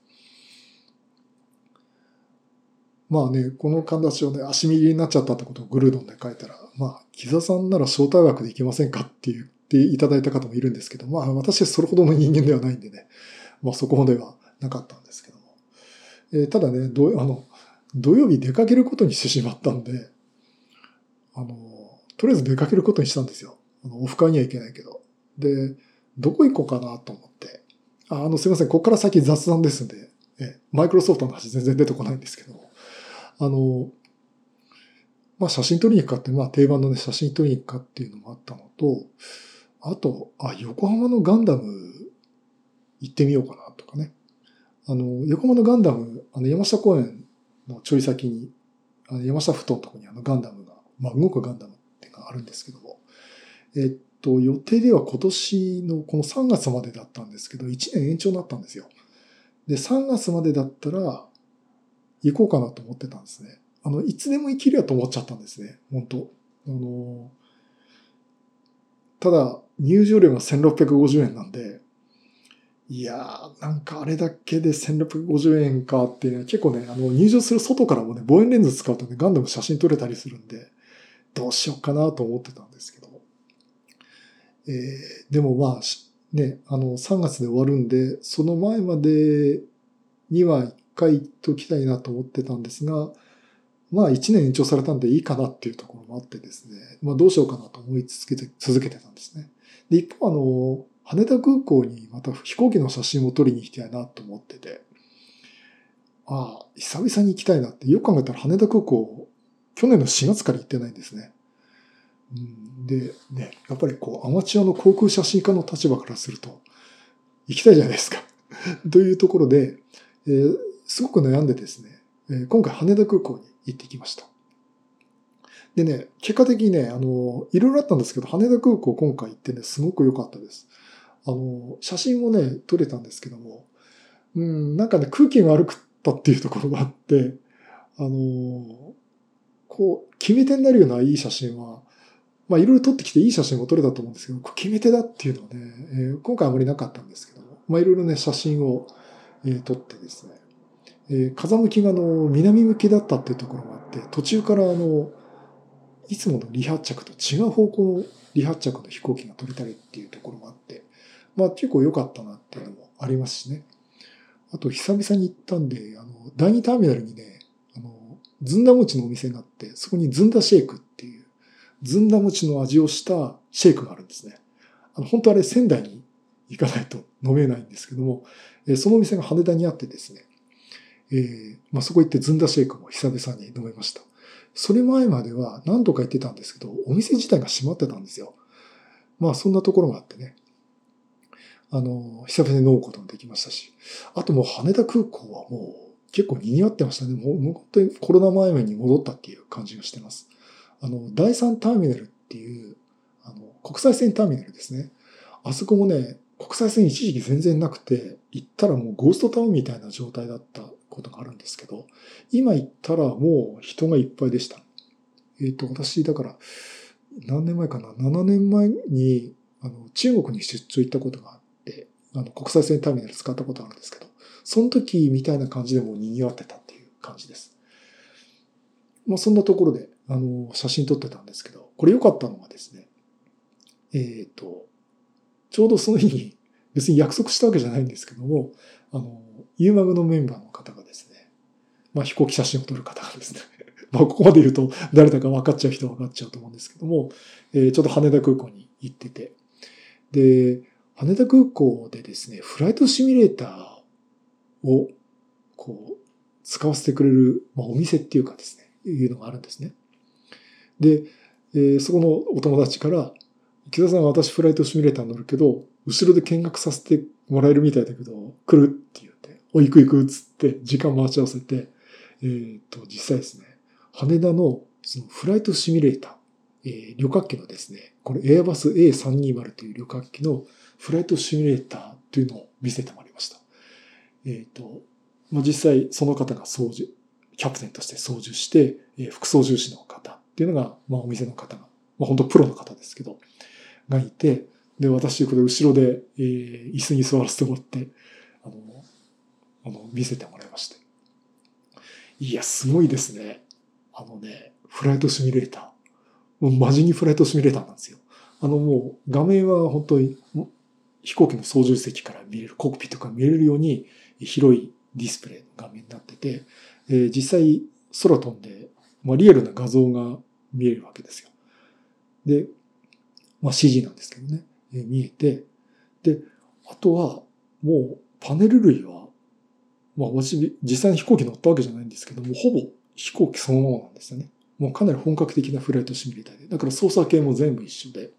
まあね、この形をね、足右になっちゃったってことをグルードンで書いたら、まあ、木座さんなら招待枠で行けませんかって言っていただいた方もいるんですけど、まあ私はそれほどの人間ではないんでね、まあそこまではなかったんですけども。えー、ただね、どあの、土曜日出かけることにしてしまったんで、あの、とりあえず出かけることにしたんですよ。あの、オフ会には行けないけど。で、どこ行こうかなと思って。あ、あの、すいません。ここから先雑談ですんで、え、マイクロソフトの話全然出てこないんですけど、あの、まあ、写真撮りに行くかって、まあ、定番のね、写真撮りに行くかっていうのもあったのと、あと、あ、横浜のガンダム行ってみようかなとかね。あの、横浜のガンダム、あの、山下公園のちょい先に、あの山下ふ頭のところにあのガンダムが、まあ、動くガンダムっていうのがあるんですけども、えっと、予定では今年のこのさんがつまでだったんですけど、いちねん延長になったんですよ。で、さんがつまでだったら、行こうかなと思ってたんですね。あの、いつでも行けるやと思っちゃったんですね。本当あの、ただ、入場料がせんろっぴゃくごじゅうえんなんで、いやー、なんかあれだけでせんろっぴゃくごじゅうえんかっていうのは結構ね、あの、入場する外からもね、望遠レンズ使うとね、ガンダム写真撮れたりするんで、どうしようかなと思ってたんですけど。えー、でもまあ、ね、あの、さんがつで終わるんで、その前までには一回行っときたいなと思ってたんですが、まあいちねん延長されたんでいいかなっていうところもあってですね、まあどうしようかなと思い続けて、続けてたんですね。で、一方あの、羽田空港にまた飛行機の写真を撮りに行きたいなと思ってて、ああ、久々に行きたいなって、よく考えたら羽田空港、去年のしがつから行ってないんですね。うん、で、ね、やっぱりこう、アマチュアの航空写真家の立場からすると、行きたいじゃないですか。というところで、えー、すごく悩んでですね、えー、今回羽田空港に行ってきました。でね、結果的にね、あの、いろいろあったんですけど、羽田空港今回行ってね、すごく良かったです。あの、写真もね、撮れたんですけども、うん、なんかね、空気が悪かったっていうところがあって、あの、こう、決め手になるようないい写真は、まあいろいろ撮ってきていい写真も撮れたと思うんですけど、決め手だっていうのはね、えー、今回あまりなかったんですけども、まあいろいろね、写真を、えー、撮ってですね、えー、風向きがあの、南向きだったっていうところがあって、途中からあの、いつもの離発着と違う方向の離発着の飛行機が撮れたりっていうところがあって、 まあ結構良かったなっていうのもありますしね。あと久々に行ったんで、あの、第二ターミナルにね、あの、ずんだ餅のお店があって、そこにずんだシェイクっていう、ずんだ餅の味をしたシェイクがあるんですね。あの、本当あれ仙台に行かないと飲めないんですけども、えーそのお店が羽田にあってですね、えーまあ、そこ行ってずんだシェイクも久々に飲めました。それ前までは何度か行ってたんですけど、お店自体が閉まってたんですよ。まあそんなところがあってね、あの、久々に飲むこともできましたし、あともう羽田空港はもう結構賑わってましたね。もうもう本当にコロナ前に戻ったっていう感じがしてます。あの、だいさんターミナルっていう、あの、国際線ターミナルですね。あそこもね、国際線一時期全然なくて、行ったらもうゴーストタウンみたいな状態だったことがあるんですけど、今行ったらもう人がいっぱいでした。えっと、私、だから、何年前かな ?なな 年前に、あの、中国に出張行ったことがあって、あの、国際線ターミナル使ったことあるんですけど、その時みたいな感じでもう賑わってたっていう感じです。まあ、そんなところで、あの、写真撮ってたんですけど、これ良かったのがですね、えっと、ちょうどその日に、別に約束したわけじゃないんですけども、あの、ユーマグのメンバーの方がですね、まあ飛行機写真を撮る方がですね、まあここまで言うと誰だか分かっちゃう人は分かっちゃうと思うんですけども、えーちょっと羽田空港に行ってて、で、羽田空港でですね、フライトシミュレーターをこう、使わせてくれる、まあ、お店っていうかですね、いうのがあるんですね。で、えーそこのお友達から、木田さん私フライトシミュレーター乗るけど、後ろで見学させてもらえるみたいだけど、来るって言って、お、行く行くっつって時間待ち合わせて、えーっと、実際ですね、羽田のそのフライトシミュレーター、えー旅客機のですね、これエアバス エーさんにじゅう という旅客機のフライトシミュレーターというのを見せてもらいました。えーっと、まあ、実際その方が操縦、キャプテンとして操縦して、えー副操縦士の方っていうのが、まあ、お店の方が、まあ、本当プロの方ですけど、がいて、で、私、これ後ろで、えー、椅子に座らせてもらって、あの、あの、見せてもらいまして。いや、すごいですね。あのね、フライトシミュレーター。もうマジにフライトシミュレーターなんですよ。あのもう画面は本当に飛行機の操縦席から見れる、コックピットから見れるように広いディスプレイの画面になってて、えー実際空飛んで、まあ、リアルな画像が見えるわけですよ。で、まあ シージー なんですけどね、えー見えて、で、あとはもうパネル類は、まあ私実際に飛行機乗ったわけじゃないんですけども、ほぼ飛行機そのままなんですよね。もうかなり本格的なフライトシミュレーターで。だから操作系も全部一緒で。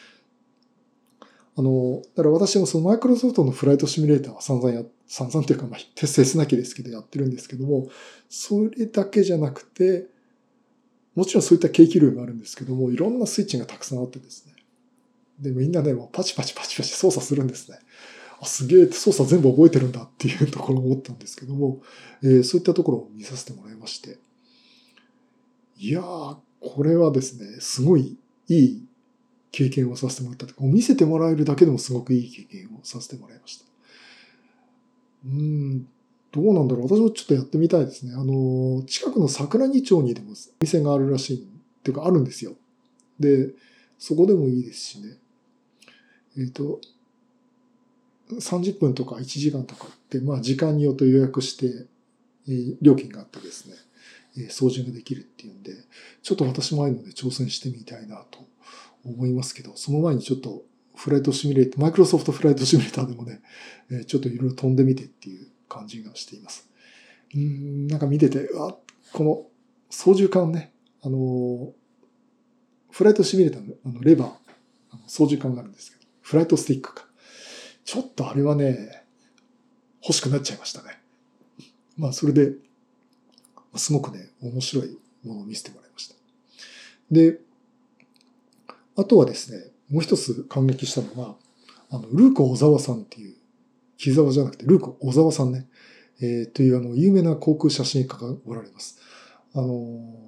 あの、だから私もそのマイクロソフトのフライトシミュレーターは散々や、散々というか、まあ、切なきですけどやってるんですけども、それだけじゃなくて、もちろんそういった景気類もあるんですけども、いろんなスイッチがたくさんあってですね。で、みんなね、もうパチパチパチパチ操作するんですね。あ、すげえ操作全部覚えてるんだっていうところを思ったんですけども、えーそういったところを見させてもらいまして。いやー、これはですね、すごいいい経験をさせてもらったとか、見せてもらえるだけでもすごくいい経験をさせてもらいました。うーん、どうなんだろう。私もちょっとやってみたいですね。あの、近くの桜木町にでも店があるらしい、っていうかあるんですよ。で、そこでもいいですしね。えっと、さんじゅっぷんとかいちじかんとかって、まあ時間によって予約して、えー料金があってですね、えー操縦ができるっていうんで、ちょっと私もああいうので挑戦してみたいなと思いますけど、その前にちょっとフライトシミュレーター、マイクロソフトフライトシミュレーターでもね、えーちょっといろいろ飛んでみてっていう感じがしています。うーん、なんか見てて、あ、この操縦桿ね、あのー、フライトシミュレーターのあのレバー、あの操縦桿があるんですけど、フライトスティックか。ちょっとあれはね、欲しくなっちゃいましたね。まあ、それで、すごくね、面白いものを見せてもらいました。で、あとはですね、もう一つ感激したのが、あの、ルーク小沢さんっていう、木沢じゃなくて、ルーク小沢さんね、えー、というあの、有名な航空写真家がおられます。あの、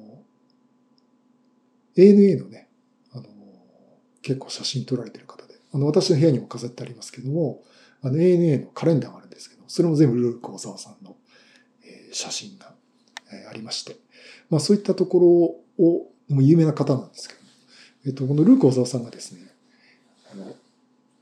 エーエヌエー のね、あの、結構写真撮られてる方で、あの、私の部屋にも飾ってありますけども、あの、エーエヌエー のカレンダーがあるんですけど、それも全部ルーク小沢さんの、えー写真が、えーありまして、まあそういったところを、もう有名な方なんですけど、えっと、このルーク小沢さんがですね、あの、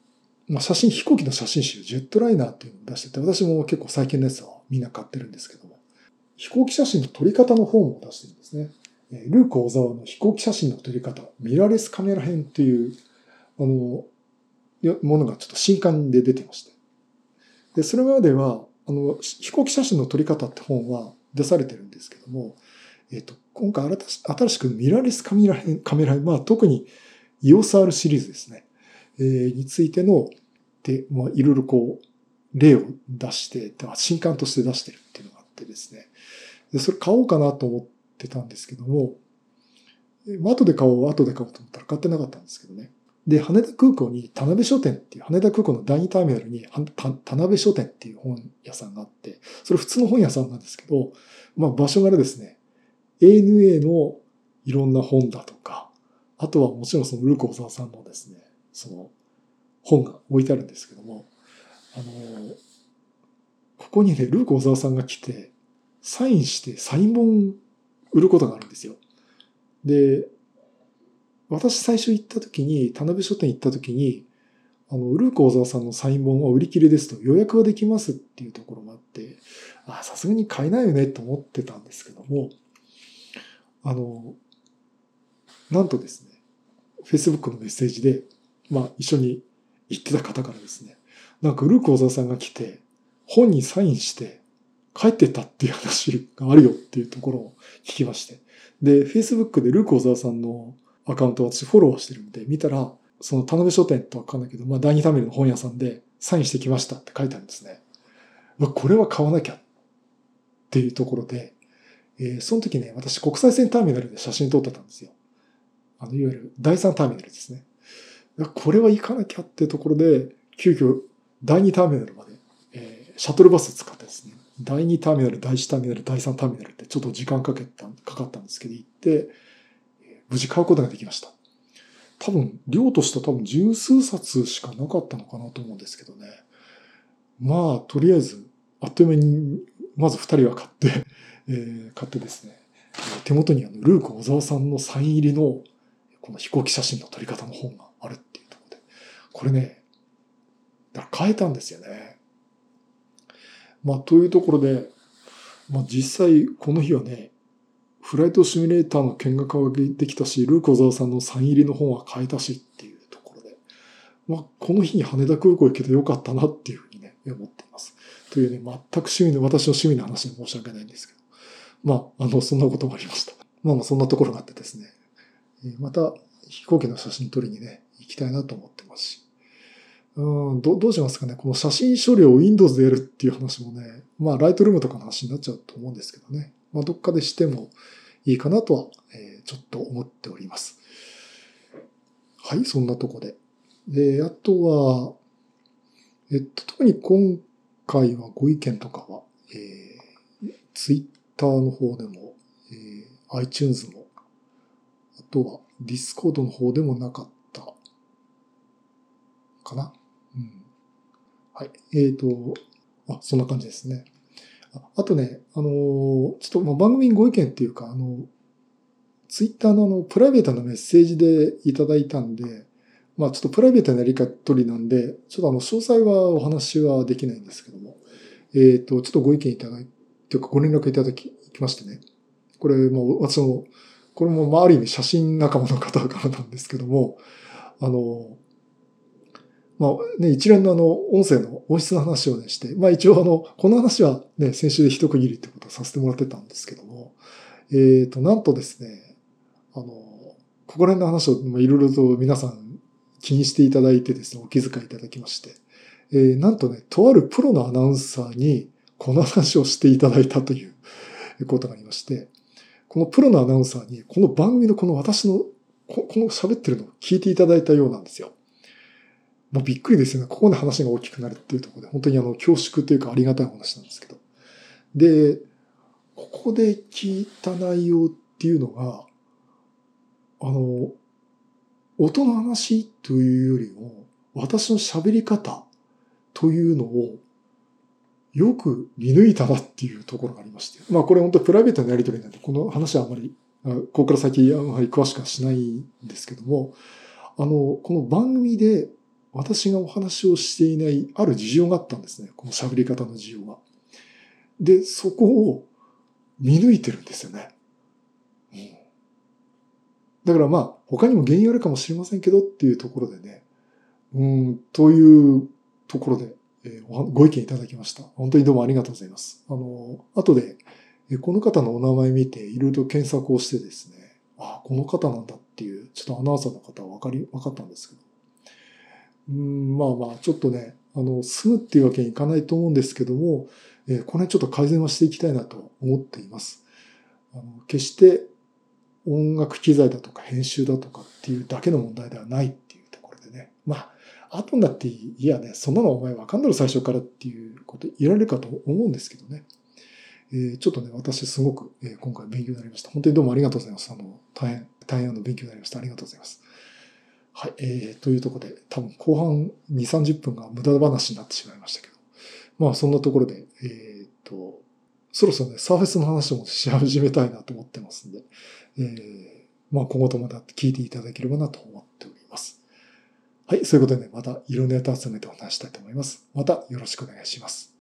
まあ、写真、飛行機の写真集、ジェットライナーっていうのを出してて、私も結構最近のやつはみんな買ってるんですけども、飛行機写真の撮り方の本を出してるんですね。ルーク小沢の飛行機写真の撮り方、ミラーレスカメラ編っていう、あの、ものがちょっと新刊で出てまして。で、それまでは、あの、飛行機写真の撮り方って本は出されてるんですけども、えっと、今回新しくミラーレスカメラ編、カメラ編、まあ特に イーオーエスアール シリーズですね、えー、についての、で、まあいろいろこう、例を出して、新刊として出してるっていうのがあってですね。で、それ買おうかなと思ってたんですけども、まあ後で買おう、後で買おうと思ったら買ってなかったんですけどね。で、羽田空港に田辺書店っていう、羽田空港の第二ターミナルに田辺書店っていう本屋さんがあって、それ普通の本屋さんなんですけど、まあ場所柄ですね、エーエヌエー のいろんな本だとか、あとはもちろんそのルーク小沢さんのですね、その本が置いてあるんですけども、あの、ここにね、ルーク小沢さんが来て、サインしてサイン本売ることがあるんですよ。で、私最初行った時に、田辺書店行った時に、あの、ルーク小沢さんのサイン本は売り切れですと予約はできますっていうところもあって、あ、さすがに買えないよねと思ってたんですけども、あの、なんとですね、Facebook のメッセージで、まあ一緒に行ってた方からですね、なんかルーク小沢さんが来て、本にサインして帰ってったっていう話があるよっていうところを聞きまして。で、Facebook でルーク小沢さんのアカウントを私フォローしてるんで、見たら、その田辺書店とわかんないけど、まあ第二ターミナルの本屋さんでサインしてきましたって書いてあるんですね。これは買わなきゃっていうところで、えー、その時ね、私国際線ターミナルで写真撮ってたんですよ。あの、いわゆる第三ターミナルですね。これは行かなきゃっていうところで、急遽第二ターミナルまで、えー、シャトルバス使ってですね、第二ターミナル、第一ターミナル、第三ターミナルってちょっと時間かけた、かかったんですけど、行って、無事買うことができました。多分、量としては多分十数冊しかなかったのかなと思うんですけどね。まあ、とりあえず、あっという間に、まず二人は買って、えー、買ってですね、手元にあの、ルーク小沢さんのサイン入りの、この飛行機写真の撮り方の本があるっていうところで、これね、だから買えたんですよね。まあ、というところで、まあ実際この日はね、フライトシミュレーターの見学ができたし、ルーク小沢さんのサイン入りの本は買えたしっていうところで、まあこの日に羽田空港行けてよかったなっていうふうにね、思っています。というね、全く趣味の、私の趣味の話で申し訳ないんですけど、まあ、あの、そんなこともありました。まあまあそんなところがあってですね、また飛行機の写真撮りにね、行きたいなと思ってますし、うん、ど, どうしますかね。この写真処理を Windows でやるっていう話もね、まあ、ライトルームとかの話になっちゃうと思うんですけどね。まあ、どっかでしてもいいかなとは、えー、ちょっと思っております。はい、そんなとこで。で、あとは、えっと、特に今回はご意見とかは、えー、Twitter の方でも、えー、iTunes も、あとは Discord の方でもなかったかな。うん、はい。えっと、あ、そんな感じですね。あ, あとね、あのー、ちょっと番組にご意見っていうか、あの、ツイッターのあの、プライベートなメッセージでいただいたんで、まあちょっとプライベートなやり方りなんで、ちょっとあの、詳細はお話はできないんですけども、えっ、ー、と、ちょっとご意見いただいて、ご連絡いただきましてね。これもう、私の、これもまあある意味写真仲間の方からなんですけども、あの、まあね、一連のあの、音声の音質の話をね、して、まあ一応あの、この話はね、先週で一区切りってことをさせてもらってたんですけども、えっ、ー、と、なんとですね、あの、ここら辺の話をいろいろと皆さん気にしていただいてですね、お気遣いいただきまして、えー、なんとね、とあるプロのアナウンサーにこの話をしていただいたということがありまして、このプロのアナウンサーにこの番組のこの私のこの喋ってるのを聞いていただいたようなんですよ。もうびっくりですよね。ここで話が大きくなるっていうところで、本当にあの、恐縮というかありがたい話なんですけど。で、ここで聞いた内容っていうのが、あの、音の話というよりも、私の喋り方というのをよく見抜いたなっていうところがありまして。まあこれ本当プライベートなやり取りなんで、この話はあまり、ここから先あまり詳しくはしないんですけども、あの、この番組で私がお話をしていないある事情があったんですね。この喋り方の事情が。で、そこを見抜いてるんですよね。うん、だからまあ、他にも原因あるかもしれませんけどっていうところでね、うん、というところで、えー、ご意見いただきました。本当にどうもありがとうございます。あの、後で、この方のお名前見ていろいろと検索をしてですね、あ、この方なんだっていう、ちょっとアナウンサーの方は分かり、分かったんですけど。うん、まあまあ、ちょっとね、あの、すぐっていうわけにいかないと思うんですけども、えー、これちょっと改善はしていきたいなと思っています。あの、決して音楽機材だとか編集だとかっていうだけの問題ではないっていうところでね。まあ、後になっていやね、そんなのお前わかんだろ最初からっていうこと言われるかと思うんですけどね。えー、ちょっとね、私すごく、えー、今回勉強になりました。本当にどうもありがとうございます。あの、大変、大変あの勉強になりました。ありがとうございます。はい、えー、というところで、多分後半に、さんじゅっぷんが無駄話になってしまいましたけど。まあ、そんなところで、えっと、そろそろね、サーフェスの話もし始めたいなと思ってますんで、えー、まあ、今後とも聞いていただければなと思っております。はい、そういうことでね、またいろんなネタ集めてお話したいと思います。またよろしくお願いします。